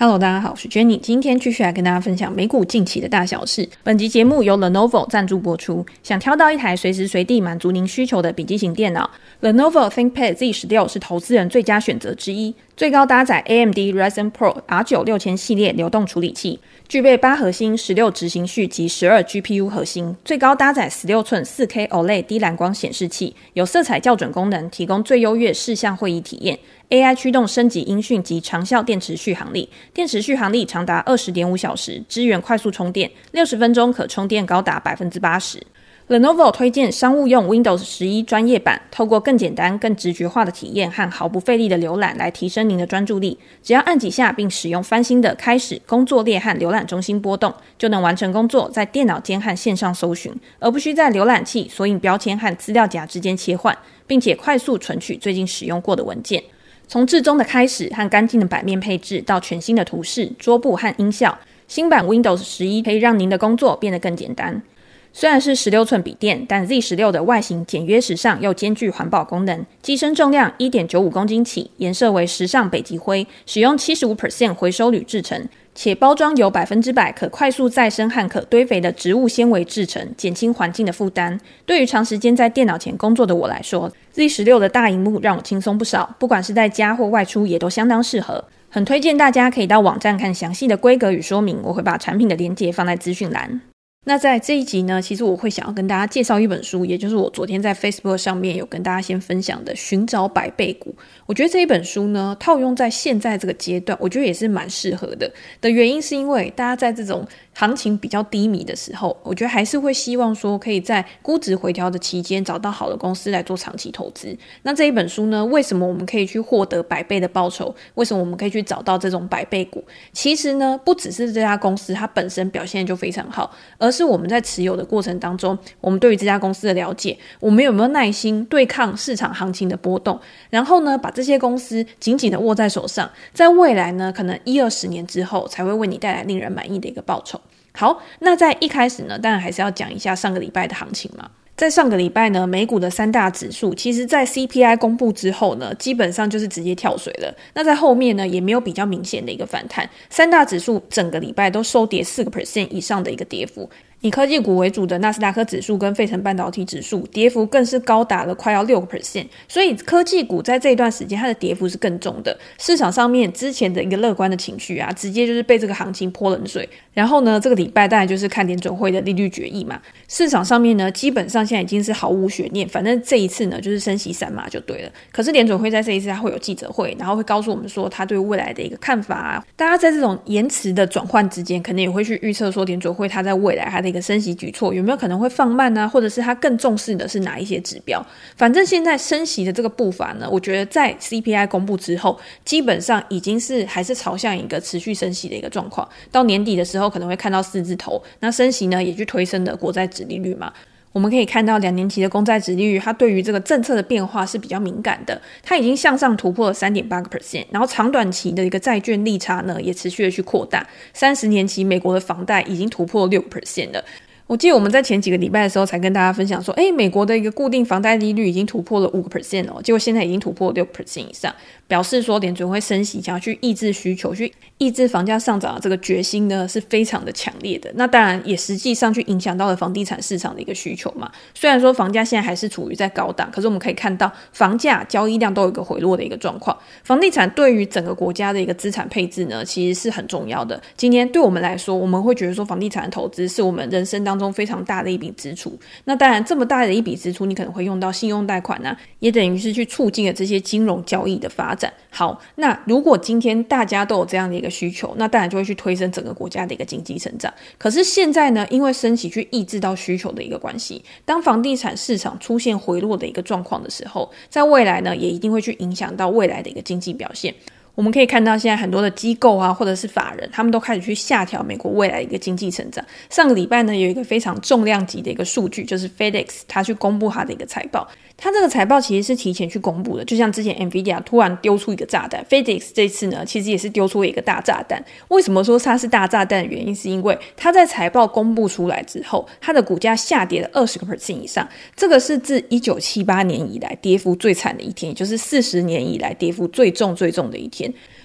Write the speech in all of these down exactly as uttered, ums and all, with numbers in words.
Hello， 大家好，我是 Jenny， 今天继续来跟大家分享美股近期的大小事。本集节目由 Lenovo 赞助播出。想挑到一台随时随地满足您需求的笔记型电脑， Lenovo ThinkPad Z 十六 是投资人最佳选择之一。最高搭载 A M D Ryzen Pro R 九 六千系列流动处理器，具备八核心、十六执行序及十二 G P U 核心，最高搭载十六寸 四K O L E D 低蓝光显示器，有色彩校准功能，提供最优越视像会议体验。A I 驱动升级音讯及长效电池续航力，电池续航力长达 二十点五小时，支援快速充电，六十分钟可充电高达 百分之八十。Lenovo 推荐商务用 Windows 十一专业版，透过更简单、更直觉化的体验和毫不费力的浏览来提升您的专注力。只要按几下并使用翻新的开始、工作列和浏览中心波动，就能完成工作，在电脑间和线上搜寻，而不需在浏览器、索引标签和资料夹之间切换，并且快速存取最近使用过的文件。从至中的开始和干净的版面配置到全新的图示、桌布和音效，新版 Windows 十一可以让您的工作变得更简单。虽然是十六寸笔电，但 Z 十六 的外形简约时尚又兼具环保功能，机身重量 一点九五公斤起，颜色为时尚北极灰，使用 百分之七十五 回收铝制成，且包装由 百分之百 可快速再生和可堆肥的植物纤维制成，减轻环境的负担。对于长时间在电脑前工作的我来说， Z 十六 的大萤幕让我轻松不少，不管是在家或外出也都相当适合。很推荐大家可以到网站看详细的规格与说明，我会把产品的连结放在资讯栏。那在这一集呢，其实我会想要跟大家介绍一本书，也就是我昨天在 Facebook 上面有跟大家先分享的《寻找百倍股》。我觉得这一本书呢，套用在现在这个阶段，我觉得也是蛮适合的。的原因是因为大家在这种行情比较低迷的时候，我觉得还是会希望说可以在估值回调的期间找到好的公司来做长期投资。那这一本书呢，为什么我们可以去获得百倍的报酬？为什么我们可以去找到这种百倍股？其实呢，不只是这家公司它本身表现就非常好，而是我们在持有的过程当中，我们对于这家公司的了解，我们有没有耐心对抗市场行情的波动，然后呢，把这些公司紧紧的握在手上，在未来呢，可能一二十年之后才会为你带来令人满意的一个报酬。好，那在一开始呢，当然还是要讲一下上个礼拜的行情嘛。在上个礼拜呢，美股的三大指数其实在 C P I 公布之后呢，基本上就是直接跳水了。那在后面呢，也没有比较明显的一个反弹，三大指数整个礼拜都收跌 百分之四 以上的一个跌幅。以科技股为主的纳斯达克指数跟费城半导体指数跌幅更是高达了快要 百分之六， 所以科技股在这一段时间它的跌幅是更重的。市场上面之前的一个乐观的情绪啊，直接就是被这个行情泼冷水。然后呢，这个礼拜当然就是看联准会的利率决议嘛，市场上面呢基本上现在已经是毫无悬念，反正这一次呢就是升息三码就对了。可是联准会在这一次它会有记者会，然后会告诉我们说他对未来的一个看法啊。大家在这种延迟的转换之间，可能也会去预测说联准会它在未来它的一个升息举措有没有可能会放慢啊，或者是它更重视的是哪一些指标。反正现在升息的这个步伐呢，我觉得在 C P I 公布之后，基本上已经是还是朝向一个持续升息的一个状况。到年底的时候可能会看到四字头，那升息呢也去推升的国债殖利率嘛。我们可以看到两年期的公债殖利率，它对于这个政策的变化是比较敏感的，它已经向上突破了 百分之三点八， 然后长短期的一个债券利差呢也持续的去扩大，三十年期美国的房贷已经突破了 百分之六 了。我记得我们在前几个礼拜的时候才跟大家分享说，诶，美国的一个固定房贷利率已经突破了 百分之五 哦，结果现在已经突破了 百分之六 以上，表示说联准会升息想要去抑制需求，去抑制房价上涨的这个决心呢是非常的强烈的。那当然也实际上去影响到了房地产市场的一个需求嘛。虽然说房价现在还是处于在高档，可是我们可以看到房价交易量都有一个回落的一个状况。房地产对于整个国家的一个资产配置呢其实是很重要的。今天对我们来说，我们会觉得说房地产的投资是我们人生当中非常大的一笔支出。那当然这么大的一笔支出，你可能会用到信用贷款啊，也等于是去促进了这些金融交易的发展。好，那如果今天大家都有这样的一个需求，那当然就会去推升整个国家的一个经济成长。可是现在呢，因为升息去抑制到需求的一个关系，当房地产市场出现回落的一个状况的时候，在未来呢也一定会去影响到未来的一个经济表现。我们可以看到现在很多的机构啊，或者是法人，他们都开始去下调美国未来的一个经济成长。上个礼拜呢，有一个非常重量级的一个数据，就是 FedEx 他去公布他的一个财报。他这个财报其实是提前去公布的，就像之前 Nvidia 突然丢出一个炸弹， FedEx 这次呢其实也是丢出了一个大炸弹。为什么说它是大炸弹的原因，是因为它在财报公布出来之后，它的股价下跌了 百分之二十 以上，这个是自一九七八年以来跌幅最惨的一天，也就是四十年以来跌幅最重最重的一天。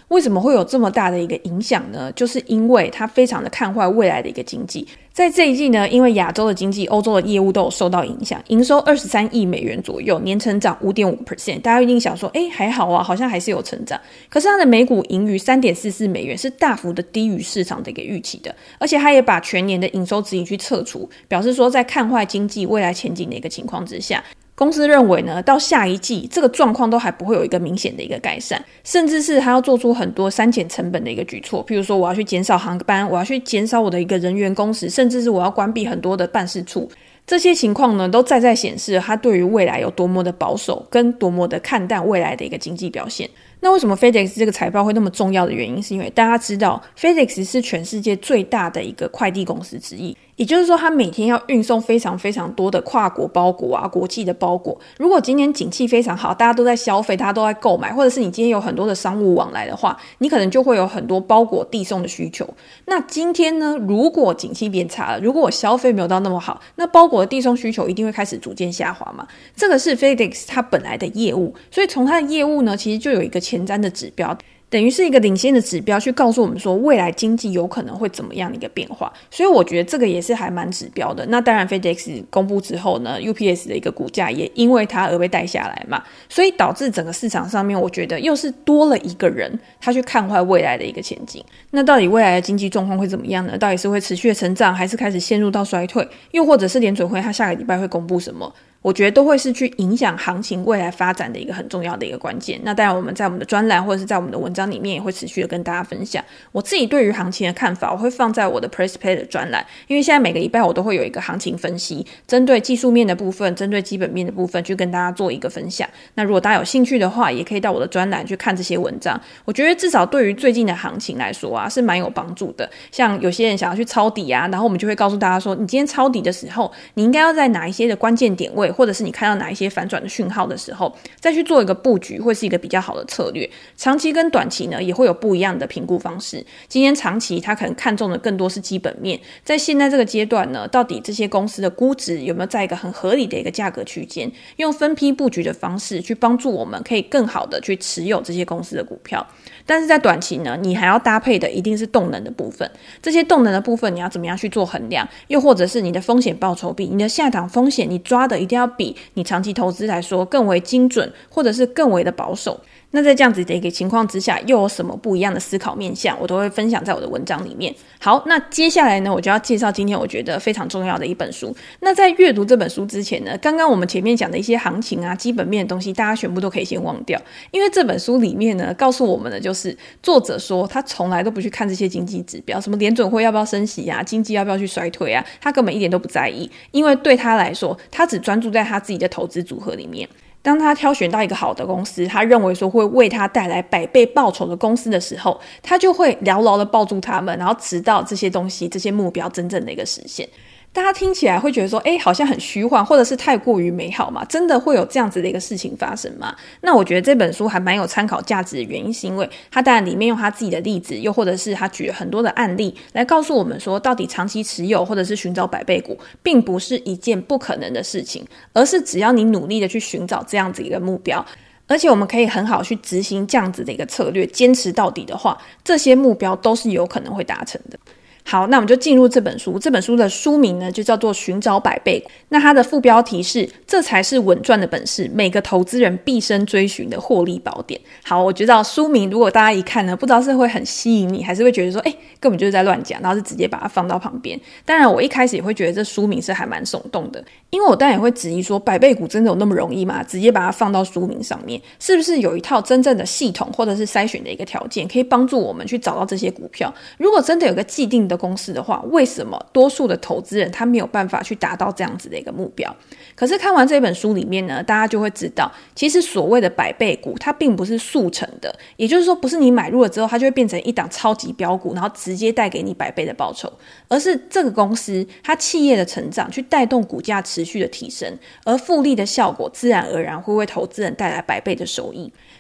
为什么会有这么大的一个影响呢？就是因为它非常的看坏未来的一个经济。在这一季呢，因为亚洲的经济、欧洲的业务都有受到影响，营收二十三亿美元左右，年成长 百分之五点五， 大家一定想说诶还好啊，好像还是有成长。可是它的每股盈余 三点四四美元是大幅的低于市场的一个预期的，而且它也把全年的营收指引去撤除，表示说在看坏经济未来前景的一个情况之下，公司认为呢，到下一季这个状况都还不会有一个明显的一个改善，甚至是他要做出很多删减成本的一个举措，譬如说我要去减少航班，我要去减少我的一个人员工时，甚至是我要关闭很多的办事处。这些情况呢，都再再显示他对于未来有多么的保守，跟多么的看淡未来的一个经济表现。那为什么 FedEx 这个财报会那么重要的原因，是因为大家知道 FedEx 是全世界最大的一个快递公司之一，也就是说它每天要运送非常非常多的跨国包裹啊，国际的包裹。如果今天景气非常好，大家都在消费，大家都在购买，或者是你今天有很多的商务往来的话，你可能就会有很多包裹递送的需求。那今天呢，如果景气变差了，如果我消费没有到那么好，那包裹的递送需求一定会开始逐渐下滑嘛。这个是 FedEx 它本来的业务，所以从它的业务呢，其实就有一个前瞻的指标，等于是一个领先的指标，去告诉我们说未来经济有可能会怎么样的一个变化。所以我觉得这个也是还蛮指标的。那当然 FedEx 公布之后呢， U P S 的一个股价也因为它而被带下来嘛，所以导致整个市场上面我觉得又是多了一个人他去看坏未来的一个前景。那到底未来的经济状况会怎么样呢？到底是会持续的成长，还是开始陷入到衰退，又或者是联准会它下个礼拜会公布什么，我觉得都会是去影响行情未来发展的一个很重要的一个关键。那当然我们在我们的专栏或者是在我们的文章里面也会持续的跟大家分享我自己对于行情的看法，我会放在我的 Press Play 的专栏，因为现在每个礼拜我都会有一个行情分析，针对技术面的部分，针对基本面的部分去跟大家做一个分享。那如果大家有兴趣的话，也可以到我的专栏去看这些文章，我觉得至少对于最近的行情来说啊是蛮有帮助的。像有些人想要去抄底啊，然后我们就会告诉大家说，你今天抄底的时候你应该要在哪一些的关键点位，或者是你看到哪一些反转的讯号的时候再去做一个布局，会是一个比较好的策略。长期跟短期呢也会有不一样的评估方式，今天长期它可能看重的更多是基本面，在现在这个阶段呢，到底这些公司的估值有没有在一个很合理的一个价格区间，用分批布局的方式去帮助我们可以更好的去持有这些公司的股票。但是在短期呢，你还要搭配的一定是动能的部分，这些动能的部分你要怎么样去做衡量，又或者是你的风险报酬比，你的下档风险你抓的一定要比你长期投资来说更为精准，或者是更为的保守。那在这样子的一个情况之下，又有什么不一样的思考面向，我都会分享在我的文章里面。好，那接下来呢，我就要介绍今天我觉得非常重要的一本书。那在阅读这本书之前呢，刚刚我们前面讲的一些行情啊、基本面的东西，大家全部都可以先忘掉，因为这本书里面呢，告诉我们的就是作者说他从来都不去看这些经济指标，什么联准会要不要升息啊，经济要不要去衰退啊，他根本一点都不在意，因为对他来说，他只专注在他自己的投资组合里面。当他挑选到一个好的公司，他认为说会为他带来百倍报酬的公司的时候，他就会牢牢的抱住他们，然后直到这些东西、这些目标真正的一个实现。大家听起来会觉得说，诶，好像很虚幻，或者是太过于美好嘛？真的会有这样子的一个事情发生吗？那我觉得这本书还蛮有参考价值的原因，是因为他当然里面用他自己的例子，又或者是他举了很多的案例来告诉我们说，到底长期持有或者是寻找百倍股，并不是一件不可能的事情，而是只要你努力的去寻找这样子一个目标，而且我们可以很好去执行这样子的一个策略，坚持到底的话，这些目标都是有可能会达成的。好，那我们就进入这本书。这本书的书名呢，就叫做《寻找百倍股》。那它的副标题是“这才是稳赚的本事，每个投资人毕生追寻的获利宝典”。好，我觉得书名如果大家一看呢，不知道是会很吸引你，还是会觉得说，哎，根本就是在乱讲，然后是直接把它放到旁边。当然，我一开始也会觉得这书名是还蛮耸动的，因为我当然也会质疑说，百倍股真的有那么容易吗？直接把它放到书名上面，是不是有一套真正的系统或者是筛选的一个条件，可以帮助我们去找到这些股票？如果真的有个既定的公式的话，为什么多数的投资人他没有办法去达到这样子的一个目标？可是看完这本书里面呢，大家就会知道，其实所谓的百倍股它并不是速成的，也就是说不是你买入了之后它就会变成一档超级标股，然后直接带给你百倍的报酬，而是这个公司它企业的成长去带动股价持续的提升，而复利的效果自然而然会为投资人带来百倍的收益。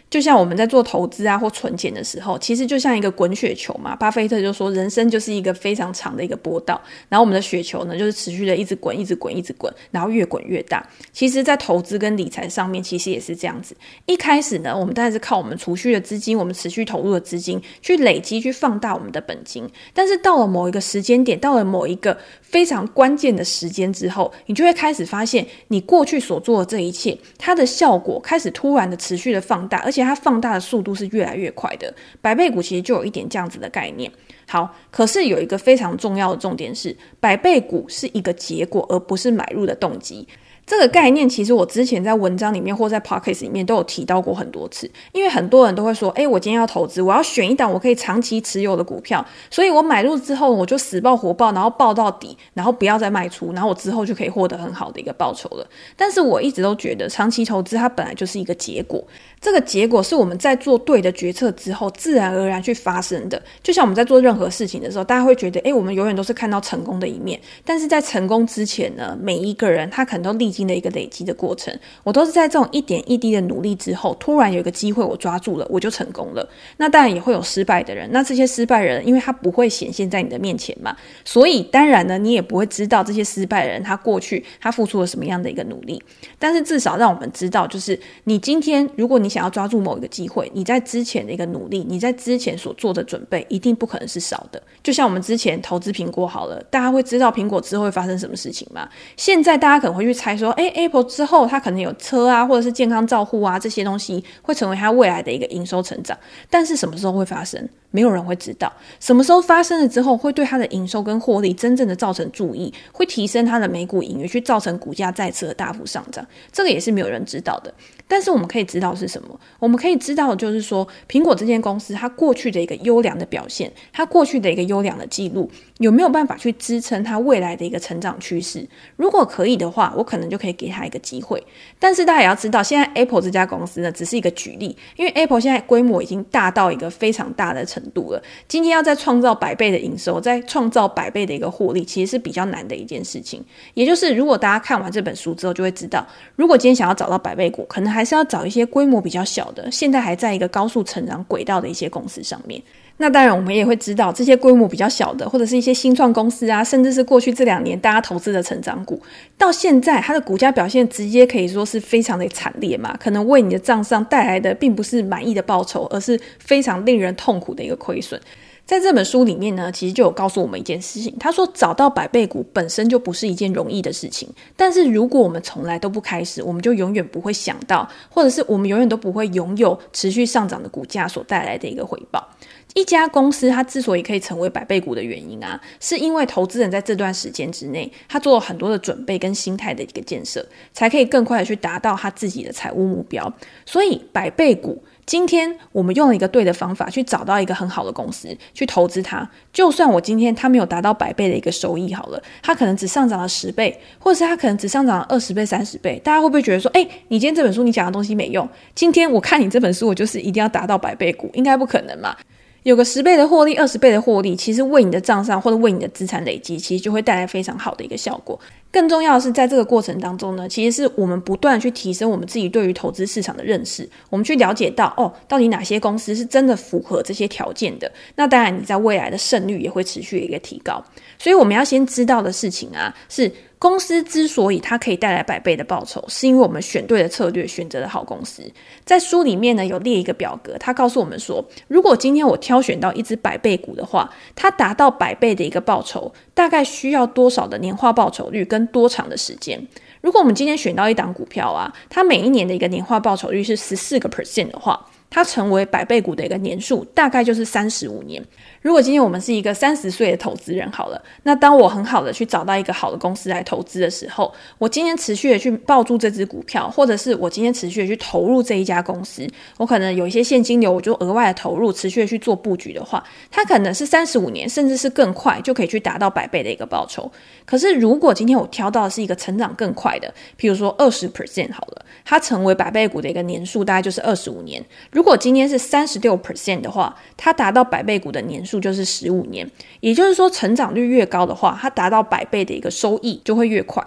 就像我们在做投资啊或存钱的时候，其实就像一个滚雪球嘛，巴菲特就说人生就是一个非常长的一个波道，然后我们的雪球呢就是持续的一直滚一直滚一直滚，然后越滚越大。其实在投资跟理财上面其实也是这样子，一开始呢我们当然是靠我们储蓄的资金，我们持续投入的资金去累积去放大我们的本金，但是到了某一个时间点，到了某一个非常关键的时间之后，你就会开始发现你过去所做的这一切它的效果开始突然的持续的放大，而且它放大的速度是越来越快的。百倍股其实就有一点这样子的概念。好，可是有一个非常重要的重点是，百倍股是一个结果而不是买入的动机。这个概念其实我之前在文章里面或在 podcast 里面都有提到过很多次，因为很多人都会说，诶，我今天要投资，我要选一档我可以长期持有的股票，所以我买入之后我就死抱活抱，然后抱到底，然后不要再卖出，然后我之后就可以获得很好的一个报酬了。但是我一直都觉得长期投资它本来就是一个结果，这个结果是我们在做对的决策之后自然而然去发生的。就像我们在做任何事情的时候，大家会觉得诶，我们永远都是看到成功的一面，但是在成功之前呢，每一个人他可能都历经的一个累积的过程，我都是在这种一点一滴的努力之后，突然有一个机会我抓住了，我就成功了。那当然也会有失败的人，那这些失败人因为他不会显现在你的面前嘛，所以当然呢你也不会知道这些失败人他过去他付出了什么样的一个努力。但是至少让我们知道，就是你今天如果你想要抓住某一个机会，你在之前的一个努力，你在之前所做的准备一定不可能是少的。就像我们之前投资苹果好了，大家会知道苹果之后会发生什么事情吗？现在大家可能会去猜说，诶 Apple 之后它可能有车啊或者是健康照护啊，这些东西会成为它未来的一个营收成长，但是什么时候会发生？没有人会知道。什么时候发生了之后会对它的营收跟获利真正的造成注意，会提升它的每股盈余，去造成股价再次的大幅上涨，这个也是没有人知道的。但是我们可以知道是什么？我们可以知道的就是说，苹果这间公司它过去的一个优良的表现，它过去的一个优良的记录，有没有办法去支撑它未来的一个成长趋势？如果可以的话，我可能就可以给它一个机会。但是大家也要知道，现在 Apple 这家公司呢只是一个举例，因为 Apple 现在规模已经大到一个非常大的程度了，今天要再创造百倍的营收，再创造百倍的一个获利，其实是比较难的一件事情。也就是如果大家看完这本书之后就会知道，如果今天想要找到百倍股，可能还是要找一些规模比较小的，现在还在一个高速成长轨道的一些公司上面。那当然我们也会知道，这些规模比较小的或者是一些新创公司啊，甚至是过去这两年大家投资的成长股，到现在它的股价表现直接可以说是非常的惨烈嘛，可能为你的账上带来的并不是满意的报酬，而是非常令人痛苦的一个亏损。在这本书里面呢，其实就有告诉我们一件事情，他说找到百倍股本身就不是一件容易的事情，但是如果我们从来都不开始，我们就永远不会想到，或者是我们永远都不会拥有持续上涨的股价所带来的一个回报。一家公司它之所以可以成为百倍股的原因啊，是因为投资人在这段时间之内，他做了很多的准备跟心态的一个建设，才可以更快的去达到他自己的财务目标。所以百倍股，今天我们用了一个对的方法去找到一个很好的公司去投资它，就算我今天它没有达到百倍的一个收益好了，它可能只上涨了十倍，或者是它可能只上涨了二十倍三十倍，大家会不会觉得说，诶，你今天这本书你讲的东西没用，今天我看你这本书我就是一定要达到百倍股？应该不可能嘛。有个十倍的获利二十倍的获利，其实为你的账上或者为你的资产累积，其实就会带来非常好的一个效果。更重要的是，在这个过程当中呢，其实是我们不断去提升我们自己对于投资市场的认识，我们去了解到哦，到底哪些公司是真的符合这些条件的，那当然你在未来的胜率也会持续的一个提高。所以我们要先知道的事情啊，是公司之所以它可以带来百倍的报酬，是因为我们选对了策略，选择了好公司。在书里面呢有列一个表格，它告诉我们说，如果今天我挑选到一只百倍股的话，它达到百倍的一个报酬，大概需要多少的年化报酬率跟多长的时间？如果我们今天选到一档股票啊，它每一年的一个年化报酬率是 百分之十四 的话，它成为百倍股的一个年数大概就是三十五年。如果今天我们是一个三十岁的投资人好了，那当我很好的去找到一个好的公司来投资的时候，我今天持续的去抱住这只股票，或者是我今天持续的去投入这一家公司，我可能有一些现金流，我就额外的投入，持续的去做布局的话，它可能是三十五年甚至是更快就可以去达到百倍的一个报酬。可是如果今天我挑到的是一个成长更快的，譬如说 百分之二十 好了，它成为百倍股的一个年数大概就是二十五年。如果今天是 百分之三十六 的话，它达到百倍股的年数就是十五年。也就是说成长率越高的话，它达到百倍的一个收益就会越快。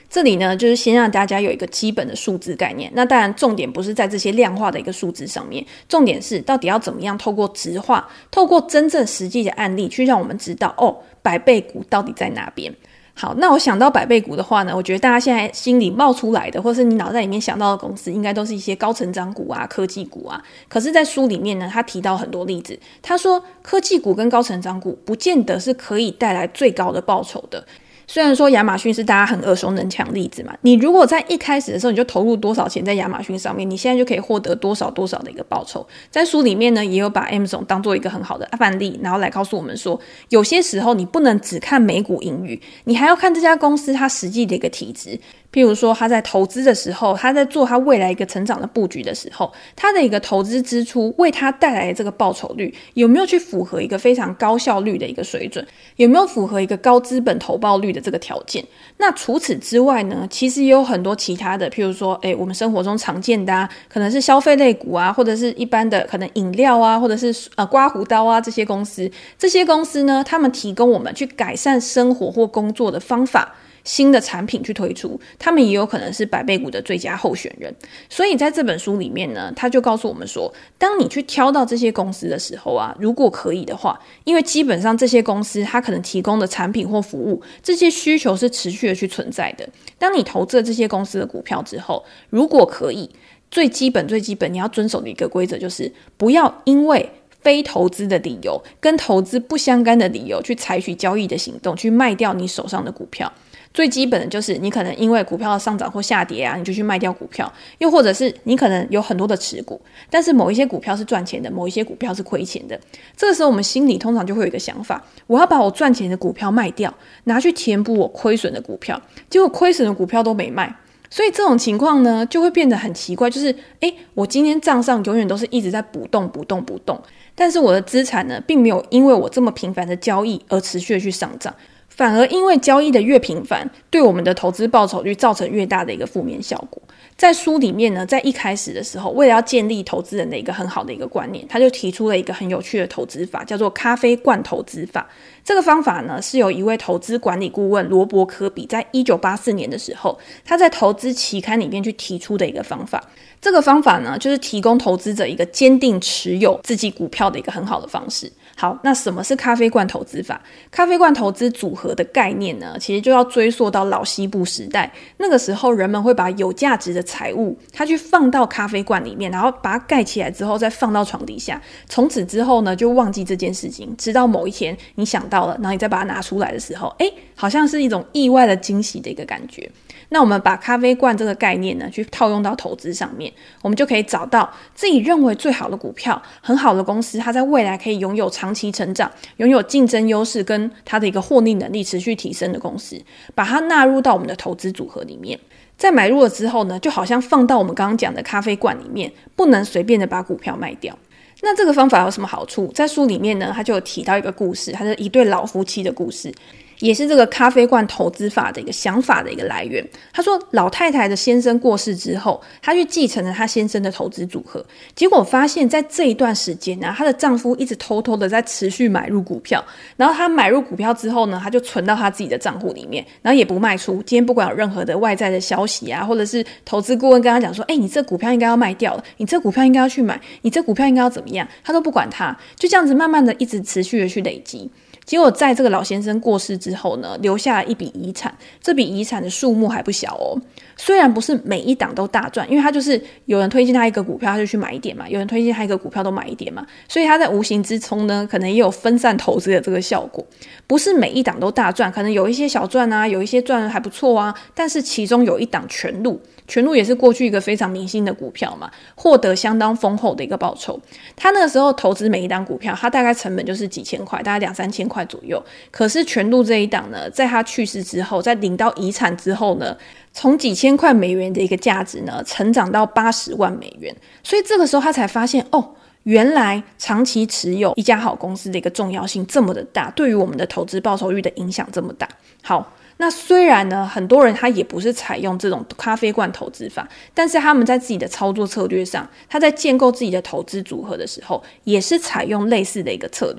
这里呢，就是先让大家有一个基本的数字概念。那当然重点不是在这些量化的一个数字上面，重点是到底要怎么样透过质化，透过真正实际的案例去让我们知道哦，百倍股到底在哪边。好，那我想到百倍股的话呢，我觉得大家现在心里冒出来的，或是你脑袋里面想到的公司，应该都是一些高成长股啊、科技股啊。可是在书里面呢，他提到很多例子，他说科技股跟高成长股不见得是可以带来最高的报酬的。虽然说亚马逊是大家很耳熟能详的例子嘛，你如果在一开始的时候你就投入多少钱在亚马逊上面，你现在就可以获得多少多少的一个报酬。在书里面呢，也有把 Amazon 当做一个很好的范例，然后来告诉我们说，有些时候你不能只看每股盈余，你还要看这家公司它实际的一个体质。譬如说他在投资的时候，他在做他未来一个成长的布局的时候，他的一个投资支出为他带来的这个报酬率有没有去符合一个非常高效率的一个水准，有没有符合一个高资本投报率的这个条件。那除此之外呢，其实也有很多其他的，譬如说诶我们生活中常见的啊，可能是消费类股啊，或者是一般的可能饮料啊，或者是呃刮胡刀啊，这些公司这些公司呢，他们提供我们去改善生活或工作的方法，新的产品去推出，他们也有可能是百倍股的最佳候选人。所以在这本书里面呢，他就告诉我们说，当你去挑到这些公司的时候啊，如果可以的话，因为基本上这些公司它可能提供的产品或服务，这些需求是持续的去存在的。当你投资了这些公司的股票之后，如果可以，最基本最基本你要遵守的一个规则就是不要因为非投资的理由跟投资不相干的理由去采取交易的行动，去卖掉你手上的股票。最基本的就是你可能因为股票的上涨或下跌啊，你就去卖掉股票，又或者是你可能有很多的持股，但是某一些股票是赚钱的，某一些股票是亏钱的。这个时候我们心里通常就会有一个想法，我要把我赚钱的股票卖掉，拿去填补我亏损的股票，结果亏损的股票都没卖。所以这种情况呢，就会变得很奇怪，就是诶我今天账上永远都是一直在不动不动不动，但是我的资产呢，并没有因为我这么频繁的交易而持续的去上涨，反而因为交易的越频繁，对我们的投资报酬率造成越大的一个负面效果。在书里面呢，在一开始的时候，为了要建立投资人的一个很好的一个观念，他就提出了一个很有趣的投资法，叫做咖啡罐投资法。这个方法呢，是由一位投资管理顾问罗伯·科比在一九八四年的时候，他在投资期刊里面去提出的一个方法。这个方法呢，就是提供投资者一个坚定持有自己股票的一个很好的方式。好，那什么是咖啡罐投资法？咖啡罐投资组合的概念呢，其实就要追溯到老西部时代。那个时候人们会把有价值的财物，它去放到咖啡罐里面，然后把它盖起来之后再放到床底下，从此之后呢就忘记这件事情，直到某一天你想到了，然后你再把它拿出来的时候，诶，好像是一种意外的惊喜的一个感觉。那我们把咖啡罐这个概念呢，去套用到投资上面，我们就可以找到自己认为最好的股票，很好的公司，它在未来可以拥有长期成长，拥有竞争优势跟它的一个获利能力持续提升的公司，把它纳入到我们的投资组合里面。在买入了之后呢，就好像放到我们刚刚讲的咖啡罐里面，不能随便的把股票卖掉。那这个方法有什么好处？在书里面呢，他就有提到一个故事，它是一对老夫妻的故事，也是这个咖啡罐投资法的一个想法的一个来源。他说老太太的先生过世之后，她去继承了她先生的投资组合，结果发现在这一段时间呢，她的丈夫一直偷偷的在持续买入股票，然后她买入股票之后呢，她就存到她自己的账户里面，然后也不卖出。今天不管有任何的外在的消息啊，或者是投资顾问跟她讲说，哎，你这股票应该要卖掉了，你这股票应该要去买，你这股票应该要怎么样，她都不管她，就这样子慢慢的一直持续的去累积。结果在这个老先生过世之后呢，留下了一笔遗产，这笔遗产的数目还不小哦。虽然不是每一档都大赚，因为他就是有人推荐他一个股票他就去买一点嘛，有人推荐他一个股票都买一点嘛，所以他在无形之中呢，可能也有分散投资的这个效果。不是每一档都大赚，可能有一些小赚啊，有一些赚得还不错啊，但是其中有一档全路，全路也是过去一个非常明星的股票嘛，获得相当丰厚的一个报酬。他那个时候投资每一档股票，他大概成本就是几千块，大概两三千块左右。可是全路这一档呢，在他去世之后，在领到遗产之后呢，从几千块美元的一个价值呢，成长到八十万美元。所以这个时候他才发现，哦，原来长期持有一家好公司的一个重要性这么的大，对于我们的投资报酬率的影响这么大。好，那虽然呢，很多人他也不是采用这种咖啡罐投资法，但是他们在自己的操作策略上，他在建构自己的投资组合的时候，也是采用类似的一个策略。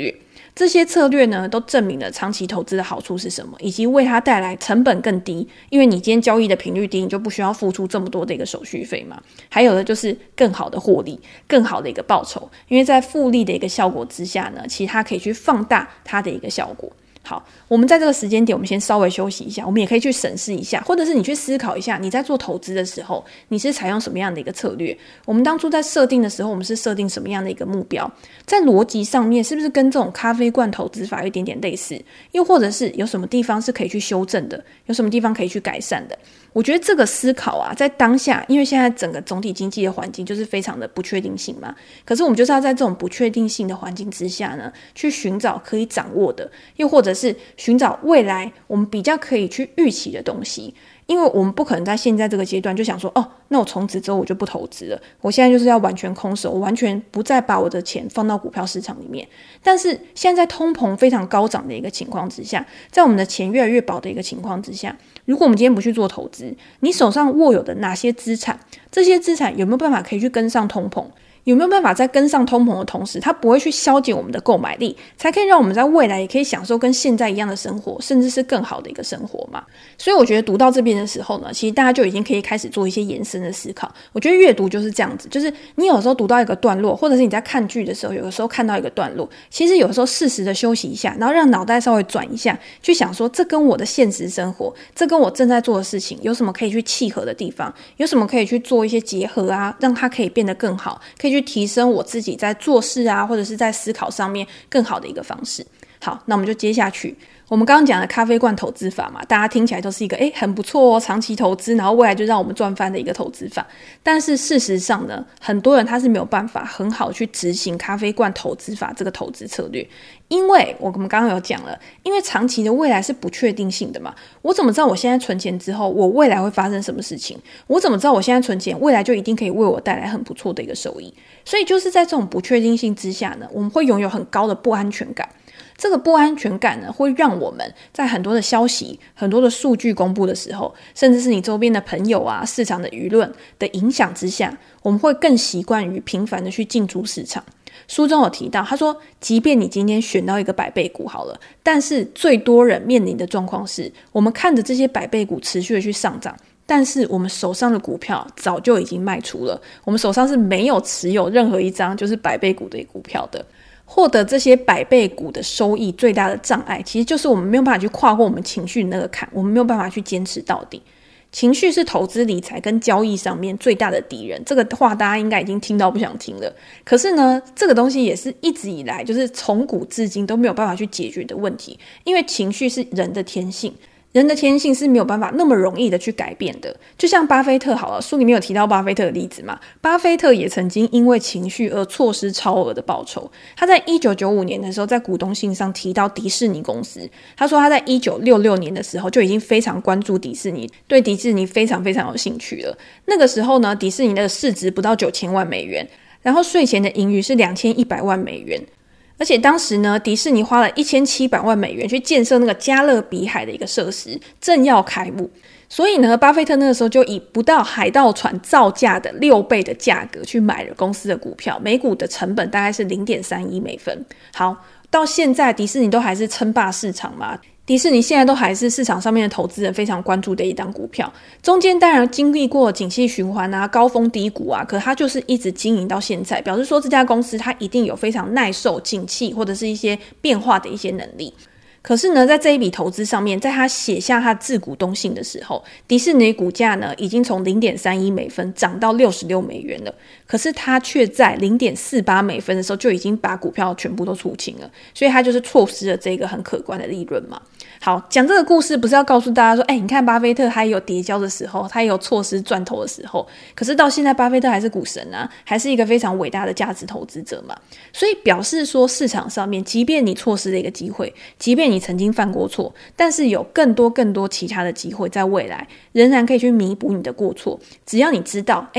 这些策略呢都证明了长期投资的好处是什么，以及为它带来成本更低，因为你今天交易的频率低，你就不需要付出这么多的一个手续费嘛。还有的就是更好的获利，更好的一个报酬，因为在复利的一个效果之下呢，其实它可以去放大它的一个效果。好，我们在这个时间点我们先稍微休息一下，我们也可以去审视一下，或者是你去思考一下，你在做投资的时候你是采用什么样的一个策略，我们当初在设定的时候我们是设定什么样的一个目标，在逻辑上面是不是跟这种咖啡罐投资法有一点点类似，又或者是有什么地方是可以去修正的，有什么地方可以去改善的。我觉得这个思考啊，在当下，因为现在整个总体经济的环境就是非常的不确定性嘛，可是我们就是要在这种不确定性的环境之下呢，去寻找可以掌握的，又或者是寻找未来我们比较可以去预期的东西。因为我们不可能在现在这个阶段就想说，哦，那我从此之后我就不投资了，我现在就是要完全空手，我完全不再把我的钱放到股票市场里面。但是现在通膨非常高涨的一个情况之下，在我们的钱越来越薄的一个情况之下，如果我们今天不去做投资，你手上握有的哪些资产，这些资产有没有办法可以去跟上通膨，有没有办法在跟上通膨的同时，它不会去削减我们的购买力，才可以让我们在未来也可以享受跟现在一样的生活，甚至是更好的一个生活嘛。所以我觉得读到这边的时候呢，其实大家就已经可以开始做一些延伸的思考。我觉得阅读就是这样子，就是你有时候读到一个段落，或者是你在看剧的时候，有的时候看到一个段落，其实有的时候适时的休息一下，然后让脑袋稍微转一下，去想说这跟我的现实生活，这跟我正在做的事情有什么可以去契合的地方，有什么可以去做一些结合啊，让它可以变得更好，可以去提升我自己在做事啊，或者是在思考上面更好的一个方式。好，那我们就接下去我们刚刚讲的咖啡罐投资法嘛，大家听起来都是一个诶很不错哦，长期投资，然后未来就让我们赚翻的一个投资法。但是事实上呢，很多人他是没有办法很好去执行咖啡罐投资法这个投资策略，因为我们刚刚有讲了，因为长期的未来是不确定性的嘛，我怎么知道我现在存钱之后我未来会发生什么事情？我怎么知道我现在存钱未来就一定可以为我带来很不错的一个收益？所以就是在这种不确定性之下呢，我们会拥有很高的不安全感。这个不安全感呢，会让我们在很多的消息、很多的数据公布的时候，甚至是你周边的朋友啊、市场的舆论的影响之下，我们会更习惯于频繁的去进出市场。书中有提到，他说即便你今天选到一个百倍股好了，但是最多人面临的状况是，我们看着这些百倍股持续的去上涨，但是我们手上的股票早就已经卖出了，我们手上是没有持有任何一张就是百倍股的股票的。获得这些百倍股的收益最大的障碍，其实就是我们没有办法去跨过我们情绪的那个坎，我们没有办法去坚持到底。情绪是投资理财跟交易上面最大的敌人，这个话大家应该已经听到不想听了。可是呢，这个东西也是一直以来就是从古至今都没有办法去解决的问题，因为情绪是人的天性，人的天性是没有办法那么容易的去改变的。就像巴菲特好了，书里面有提到巴菲特的例子嘛，巴菲特也曾经因为情绪而错失超额的报酬。他在一九九五年的时候在股东信上提到迪士尼公司，他说他在一九六六年的时候就已经非常关注迪士尼，对迪士尼非常非常有兴趣了。那个时候呢，迪士尼的市值不到九千万美元，然后税前的盈余是两千一百万美元。而且当时呢，迪士尼花了一千七百万美元去建设那个加勒比海的一个设施，正要开幕。所以呢，巴菲特那个时候就以不到海盗船造价的六倍的价格去买了公司的股票，每股的成本大概是 零点三一美分。好，到现在迪士尼都还是称霸市场嘛，迪士尼现在都还是市场上面的投资人非常关注的一档股票。中间当然经历过景气循环啊、高峰低谷啊，可它就是一直经营到现在，表示说这家公司它一定有非常耐受景气或者是一些变化的一些能力。可是呢，在这一笔投资上面，在他写下他自股东信的时候，迪士尼股价呢已经从 零点三一美分涨到六十六美元了。可是他却在 零点四八美分的时候就已经把股票全部都出清了，所以他就是错失了这个很可观的利润嘛。好，讲这个故事不是要告诉大家说，哎，你看巴菲特他也有跌跤的时候，他也有错失赚头的时候，可是到现在巴菲特还是股神啊，还是一个非常伟大的价值投资者嘛。所以表示说市场上面，即便你错失了一个机会，即便你曾经犯过错，但是有更多更多其他的机会在未来仍然可以去弥补你的过错。只要你知道，诶，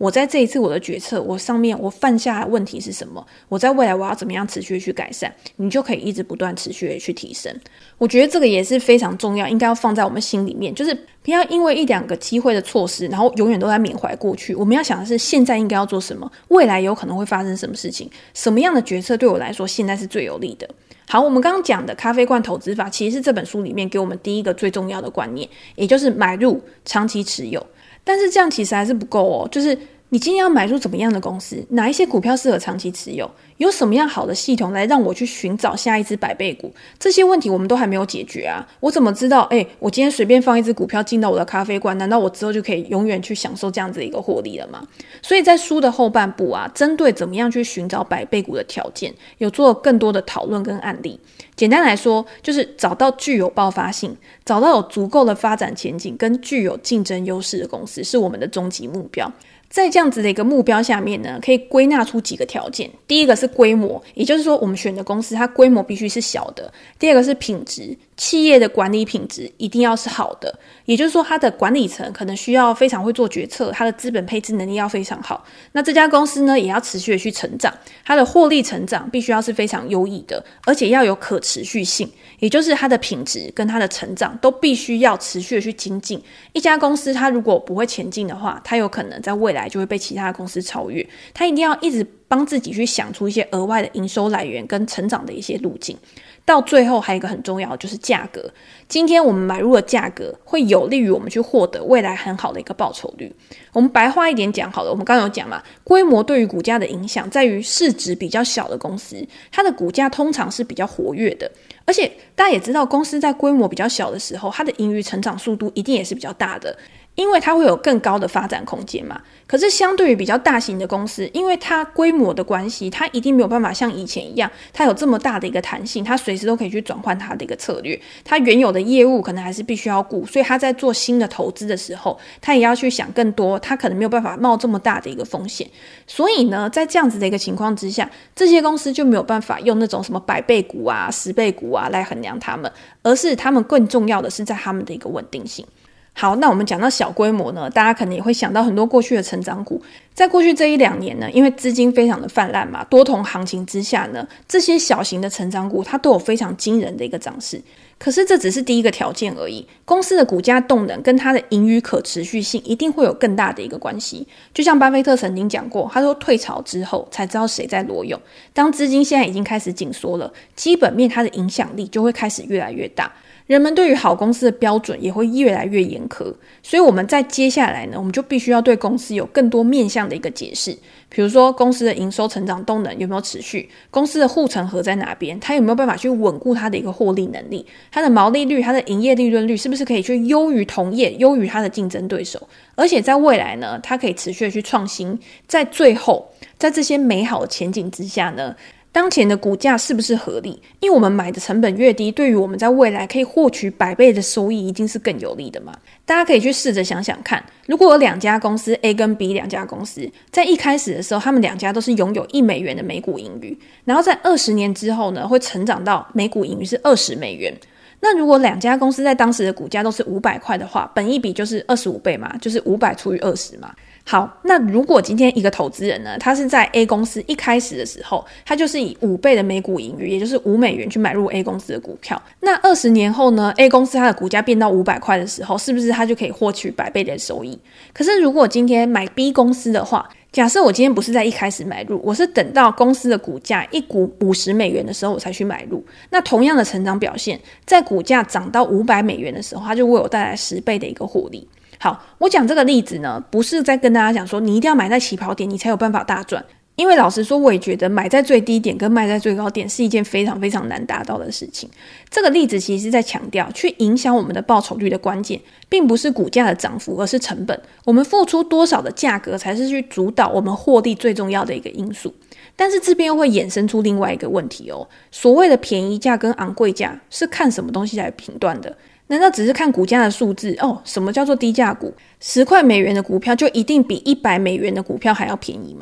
我在这一次我的决策，我上面我犯下的问题是什么，我在未来我要怎么样持续去改善，你就可以一直不断持续的去提升。我觉得这个也是非常重要，应该要放在我们心里面，就是不要因为一两个机会的错失，然后永远都在缅怀过去。我们要想的是现在应该要做什么，未来有可能会发生什么事情，什么样的决策对我来说现在是最有利的。好，我们刚刚讲的咖啡罐投资法其实是这本书里面给我们第一个最重要的观念，也就是买入长期持有。但是这样其实还是不够哦，就是你今天要买入怎么样的公司，哪一些股票适合长期持有，有什么样好的系统来让我去寻找下一只百倍股，这些问题我们都还没有解决啊。我怎么知道诶我今天随便放一只股票进到我的咖啡罐，难道我之后就可以永远去享受这样子的一个获利了吗？所以在书的后半部啊，针对怎么样去寻找百倍股的条件，有做了更多的讨论跟案例。简单来说，就是找到具有爆发性，找到有足够的发展前景跟具有竞争优势的公司，是我们的终极目标。在这样子的一个目标下面呢，可以归纳出几个条件。第一个是规模，也就是说我们选的公司它规模必须是小的。第二个是品质，企业的管理品质一定要是好的，也就是说它的管理层可能需要非常会做决策，它的资本配置能力要非常好。那这家公司呢也要持续的去成长，它的获利成长必须要是非常优异的，而且要有可持续性，也就是它的品质跟它的成长都必须要持续的去精进。一家公司它如果不会前进的话，它有可能在未来就会被其他的公司超越，它一定要一直帮自己去想出一些额外的营收来源跟成长的一些路径。到最后还有一个很重要的就是价格，今天我们买入的价格会有利于我们去获得未来很好的一个报酬率。我们白话一点讲好了，我们刚刚有讲嘛，规模对于股价的影响在于市值比较小的公司，它的股价通常是比较活跃的，而且大家也知道公司在规模比较小的时候，它的盈余成长速度一定也是比较大的，因为它会有更高的发展空间嘛。可是相对于比较大型的公司，因为它规模的关系，它一定没有办法像以前一样，它有这么大的一个弹性，它随时都可以去转换它的一个策略，它原有的业务可能还是必须要顾，所以它在做新的投资的时候，它也要去想更多，它可能没有办法冒这么大的一个风险。所以呢，在这样子的一个情况之下，这些公司就没有办法用那种什么百倍股啊、十倍股啊来衡量他们，而是他们更重要的是在他们的一个稳定性。好，那我们讲到小规模呢，大家可能也会想到很多过去的成长股。在过去这一两年呢，因为资金非常的泛滥嘛，多头行情之下呢，这些小型的成长股它都有非常惊人的一个涨势。可是这只是第一个条件而已，公司的股价动能跟它的盈余可持续性一定会有更大的一个关系。就像巴菲特曾经讲过，他说退潮之后才知道谁在裸泳，当资金现在已经开始紧缩了，基本面它的影响力就会开始越来越大，人们对于好公司的标准也会越来越严苛。所以我们在接下来呢，我们就必须要对公司有更多面向的一个解释，比如说公司的营收成长动能有没有持续，公司的护城河在哪边，它有没有办法去稳固它的一个获利能力，它的毛利率、它的营业利润率是不是可以去优于同业，优于它的竞争对手，而且在未来呢，它可以持续的去创新。在最后，在这些美好的前景之下呢，当前的股价是不是合理？因为我们买的成本越低，对于我们在未来可以获取百倍的收益一定是更有利的嘛。大家可以去试着想想看，如果有两家公司 A 跟 B 两家公司，在一开始的时候他们两家都是拥有一美元的每股盈余，然后在二十年之后呢，会成长到每股盈余是二十美元。那如果两家公司在当时的股价都是五百块的话，本益比就是二十五倍嘛，就是五百除以二十嘛。好，那如果今天一个投资人呢，他是在 A 公司一开始的时候，他就是以五倍的每股盈余，也就是五美元去买入 A 公司的股票。那二十年后呢， A 公司它的股价变到五百块的时候，是不是他就可以获取百倍的收益？可是如果今天买 B 公司的话，假设我今天不是在一开始买入，我是等到公司的股价一股五十美元的时候我才去买入，那同样的成长表现，在股价涨到五百美元的时候，它就为我带来十倍的一个获利。好，我讲这个例子呢，不是在跟大家讲说你一定要买在起跑点你才有办法大赚，因为老实说我也觉得买在最低点跟卖在最高点是一件非常非常难达到的事情。这个例子其实是在强调，去影响我们的报酬率的关键并不是股价的涨幅，而是成本。我们付出多少的价格才是去主导我们获利最重要的一个因素。但是这边又会衍生出另外一个问题哦，所谓的便宜价跟昂贵价是看什么东西来评断的？难道只是看股价的数字哦？什么叫做低价股？十块美元的股票就一定比一百美元的股票还要便宜吗？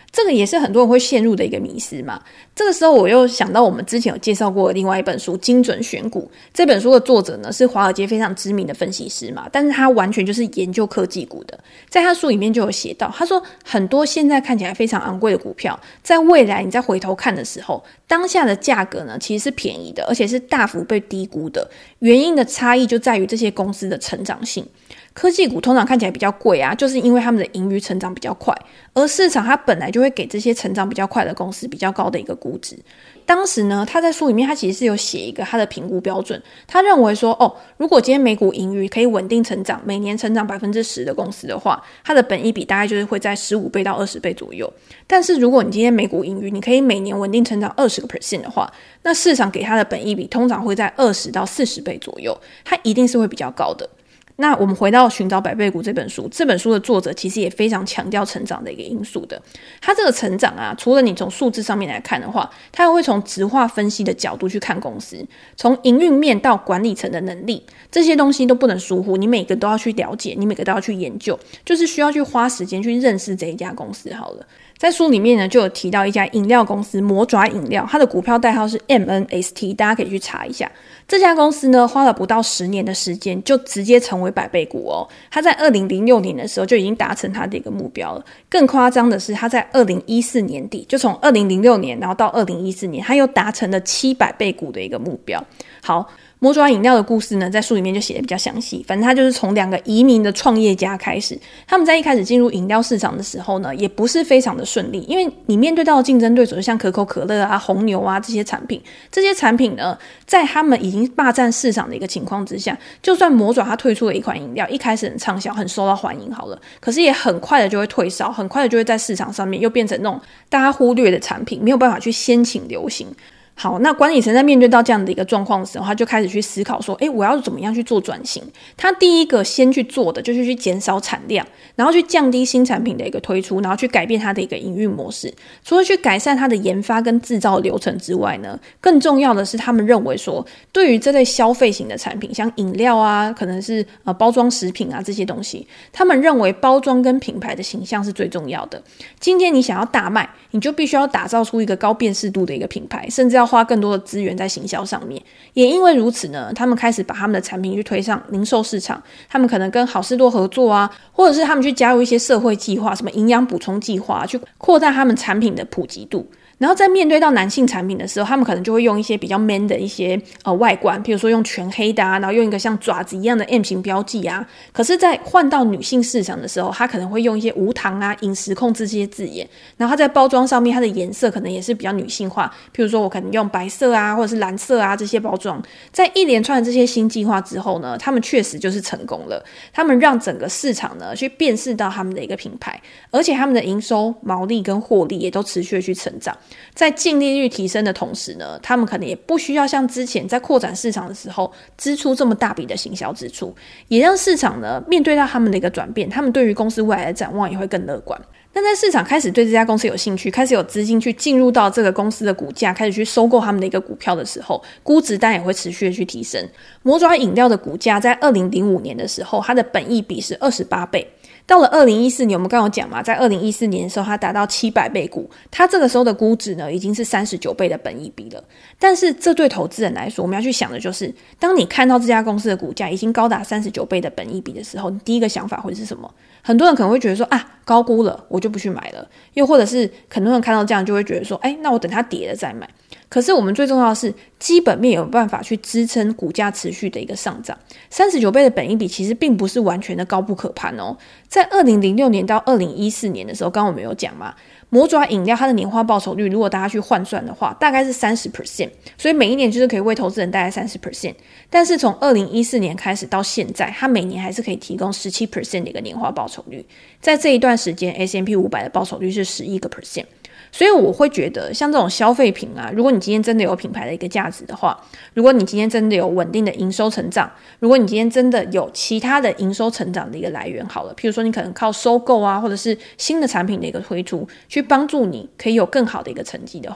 这个也是很多人会陷入的一个迷思嘛。这个时候我又想到我们之前有介绍过的另外一本书《精准选股》，这本书的作者呢是华尔街非常知名的分析师嘛，但是他完全就是研究科技股的。在他书里面就有写到，他说很多现在看起来非常昂贵的股票，在未来你再回头看的时候，当下的价格呢其实是便宜的，而且是大幅被低估的。原因的差异就在于这些公司的成长性。科技股通常看起来比较贵啊，就是因为他们的盈余成长比较快，而市场它本来就会给这些成长比较快的公司比较高的一个估值。当时呢，他在书里面他其实是有写一个他的评估标准，他认为说哦，如果今天每股盈余可以稳定成长，每年成长 百分之十 的公司的话，它的本益比大概就是会在十五倍到二十倍左右。但是如果你今天每股盈余你可以每年稳定成长 百分之二十 的话，那市场给它的本益比通常会在二十到四十倍左右，它一定是会比较高的。那我们回到寻找百倍股这本书，这本书的作者其实也非常强调成长的一个因素的。他这个成长啊，除了你从数字上面来看的话，他还会从质化分析的角度去看公司，从营运面到管理层的能力，这些东西都不能疏忽，你每个都要去了解，你每个都要去研究，就是需要去花时间去认识这一家公司好了。在书里面呢，就有提到一家饮料公司魔爪饮料，它的股票代号是 M N S T， 大家可以去查一下。这家公司呢，花了不到十年的时间，就直接成为百倍股哦。它在二零零六年的时候就已经达成它的一个目标了。更夸张的是，它在二零一四年底，就从二零零六年然后到二零一四年，它又达成了七百倍股的一个目标。好。魔爪饮料的故事呢，在书里面就写的比较详细。反正他就是从两个移民的创业家开始，他们在一开始进入饮料市场的时候呢，也不是非常的顺利，因为你面对到的竞争对手就像可口可乐啊、红牛啊这些产品，这些产品呢，在他们已经霸占市场的一个情况之下，就算魔爪它推出了一款饮料，一开始很畅销，很受到欢迎好了，可是也很快的就会退烧，很快的就会在市场上面又变成那种大家忽略的产品，没有办法去先请流行。好，那管理层在面对到这样的一个状况的时候，他就开始去思考说，诶，我要怎么样去做转型？他第一个先去做的就是去减少产量，然后去降低新产品的一个推出，然后去改变它的一个营运模式。除了去改善它的研发跟制造流程之外呢，更重要的是他们认为说，对于这类消费型的产品，像饮料啊，可能是呃包装食品啊这些东西，他们认为包装跟品牌的形象是最重要的。今天你想要大卖，你就必须要打造出一个高辨识度的一个品牌，甚至要花更多的资源在行销上面。也因为如此呢，他们开始把他们的产品去推上零售市场，他们可能跟好市多合作啊，或者是他们去加入一些社会计划，什么营养补充计划，去扩大他们产品的普及度。然后在面对到男性产品的时候，他们可能就会用一些比较 man 的一些呃外观，比如说用全黑的啊，然后用一个像爪子一样的 M 型标记啊。可是在换到女性市场的时候，他可能会用一些无糖啊、饮食控制这些字眼，然后他在包装上面它的颜色可能也是比较女性化，比如说我可能用白色啊或者是蓝色啊这些包装。在一连串的这些新计划之后呢，他们确实就是成功了，他们让整个市场呢去辨识到他们的一个品牌，而且他们的营收、毛利跟获利也都持续的去成长。在净利率提升的同时呢，他们可能也不需要像之前在扩展市场的时候支出这么大笔的行销支出，也让市场呢面对到他们的一个转变，他们对于公司未来的展望也会更乐观。那在市场开始对这家公司有兴趣，开始有资金去进入到这个公司的股价，开始去收购他们的一个股票的时候，估值当然也会持续的去提升。魔爪饮料的股价在二零零五年的时候，它的本益比是二十八倍。到了二零一四年，我们刚刚有讲嘛，在二零一四年的时候它达到七百倍股，它这个时候的估值呢已经是三十九倍的本益比了。但是这对投资人来说，我们要去想的就是当你看到这家公司的股价已经高达三十九倍的本益比的时候，你第一个想法会是什么？很多人可能会觉得说啊，高估了，我就不去买了。又或者是很多人看到这样就会觉得说，哎，那我等它跌了再买。可是我们最重要的是基本面有办法去支撑股价持续的一个上涨。三十九倍的本益比其实并不是完全的高不可攀哦。在二零零六年到二零一四年的时候，刚刚我们有讲嘛，魔爪饮料它的年化报酬率如果大家去换算的话，大概是 百分之三十， 所以每一年就是可以为投资人带来 百分之三十。 但是从二零一四年开始到现在，它每年还是可以提供 百分之十七 的一个年化报酬率。在这一段时间 S and P 五百 的报酬率是 百分之十一。所以我会觉得像这种消费品啊，如果你今天真的有品牌的一个价值的话，如果你今天真的有稳定的营收成长，如果你今天真的有其他的营收成长的一个来源好了，譬如说你可能靠收购啊，或者是新的产品的一个推出去帮助你可以有更好的一个成绩的话，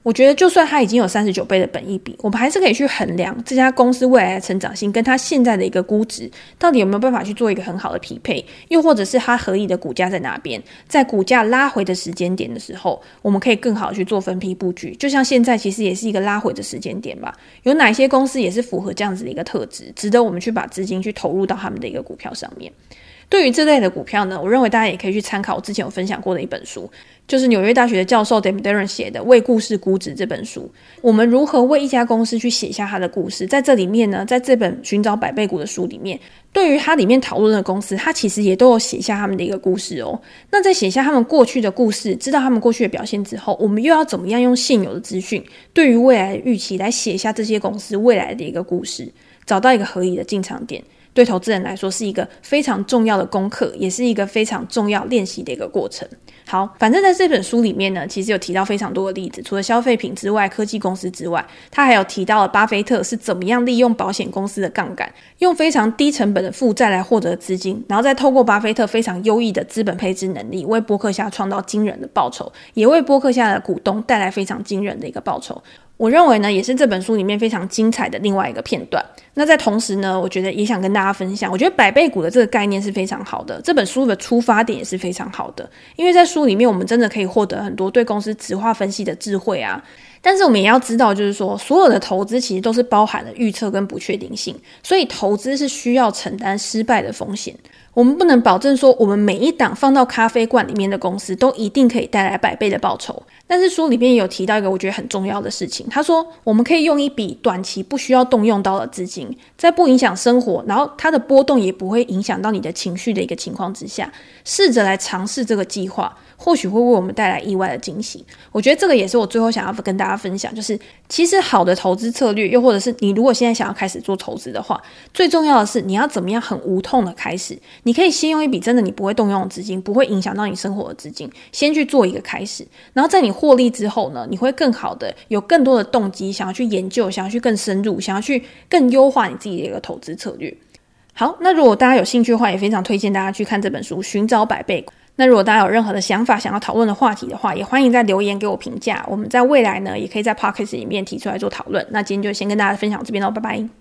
我觉得就算它已经有三十九倍的本益比，我们还是可以去衡量这家公司未来的成长性跟它现在的一个估值到底有没有办法去做一个很好的匹配，又或者是它合理的股价在哪边，在股价拉回的时间点的时候，我们可以更好的去做分批布局。就像现在其实也是一个拉回的时间点吧，有哪些公司也是符合这样子的一个特质，值得我们去把资金去投入到他们的一个股票上面。对于这类的股票呢，我认为大家也可以去参考我之前有分享过的一本书，就是纽约大学的教授 David Darren 写的《为故事估值》这本书。我们如何为一家公司去写下它的故事，在这里面呢，在这本寻找百倍股的书里面，对于它里面讨论的公司，它其实也都有写下他们的一个故事哦。那在写下他们过去的故事，知道他们过去的表现之后，我们又要怎么样用现有的资讯，对于未来的预期来写下这些公司未来的一个故事，找到一个合理的进场点，对投资人来说是一个非常重要的功课，也是一个非常重要练习的一个过程。好，反正在这本书里面呢，其实有提到非常多的例子，除了消费品之外，科技公司之外，他还有提到了巴菲特是怎么样利用保险公司的杠杆，用非常低成本的负债来获得资金，然后再透过巴菲特非常优异的资本配置能力，为波克夏创造惊人的报酬，也为波克夏的股东带来非常惊人的一个报酬。我认为呢，也是这本书里面非常精彩的另外一个片段。那在同时呢，我觉得也想跟大家分享，我觉得百倍股的这个概念是非常好的，这本书的出发点也是非常好的，因为在书里面我们真的可以获得很多对公司质化分析的智慧啊。但是我们也要知道，就是说所有的投资其实都是包含了预测跟不确定性，所以投资是需要承担失败的风险。我们不能保证说我们每一档放到咖啡罐里面的公司都一定可以带来百倍的报酬，但是书里面也有提到一个我觉得很重要的事情，他说我们可以用一笔短期不需要动用到的资金，在不影响生活，然后它的波动也不会影响到你的情绪的一个情况之下，试着来尝试这个计划，或许会为我们带来意外的惊喜。我觉得这个也是我最后想要跟大家分享，就是其实好的投资策略，又或者是你如果现在想要开始做投资的话，最重要的是你要怎么样很无痛的开始。你可以先用一笔真的你不会动用的资金，不会影响到你生活的资金，先去做一个开始，然后在你获利之后呢，你会更好的有更多的动机想要去研究，想要去更深入，想要去更优化你自己的一个投资策略。好，那如果大家有兴趣的话，也非常推荐大家去看这本书《寻找百倍股》。那如果大家有任何的想法想要讨论的话题的话，也欢迎在留言给我评价，我们在未来呢也可以在 Podcast 里面提出来做讨论。那今天就先跟大家分享这边咯，拜拜。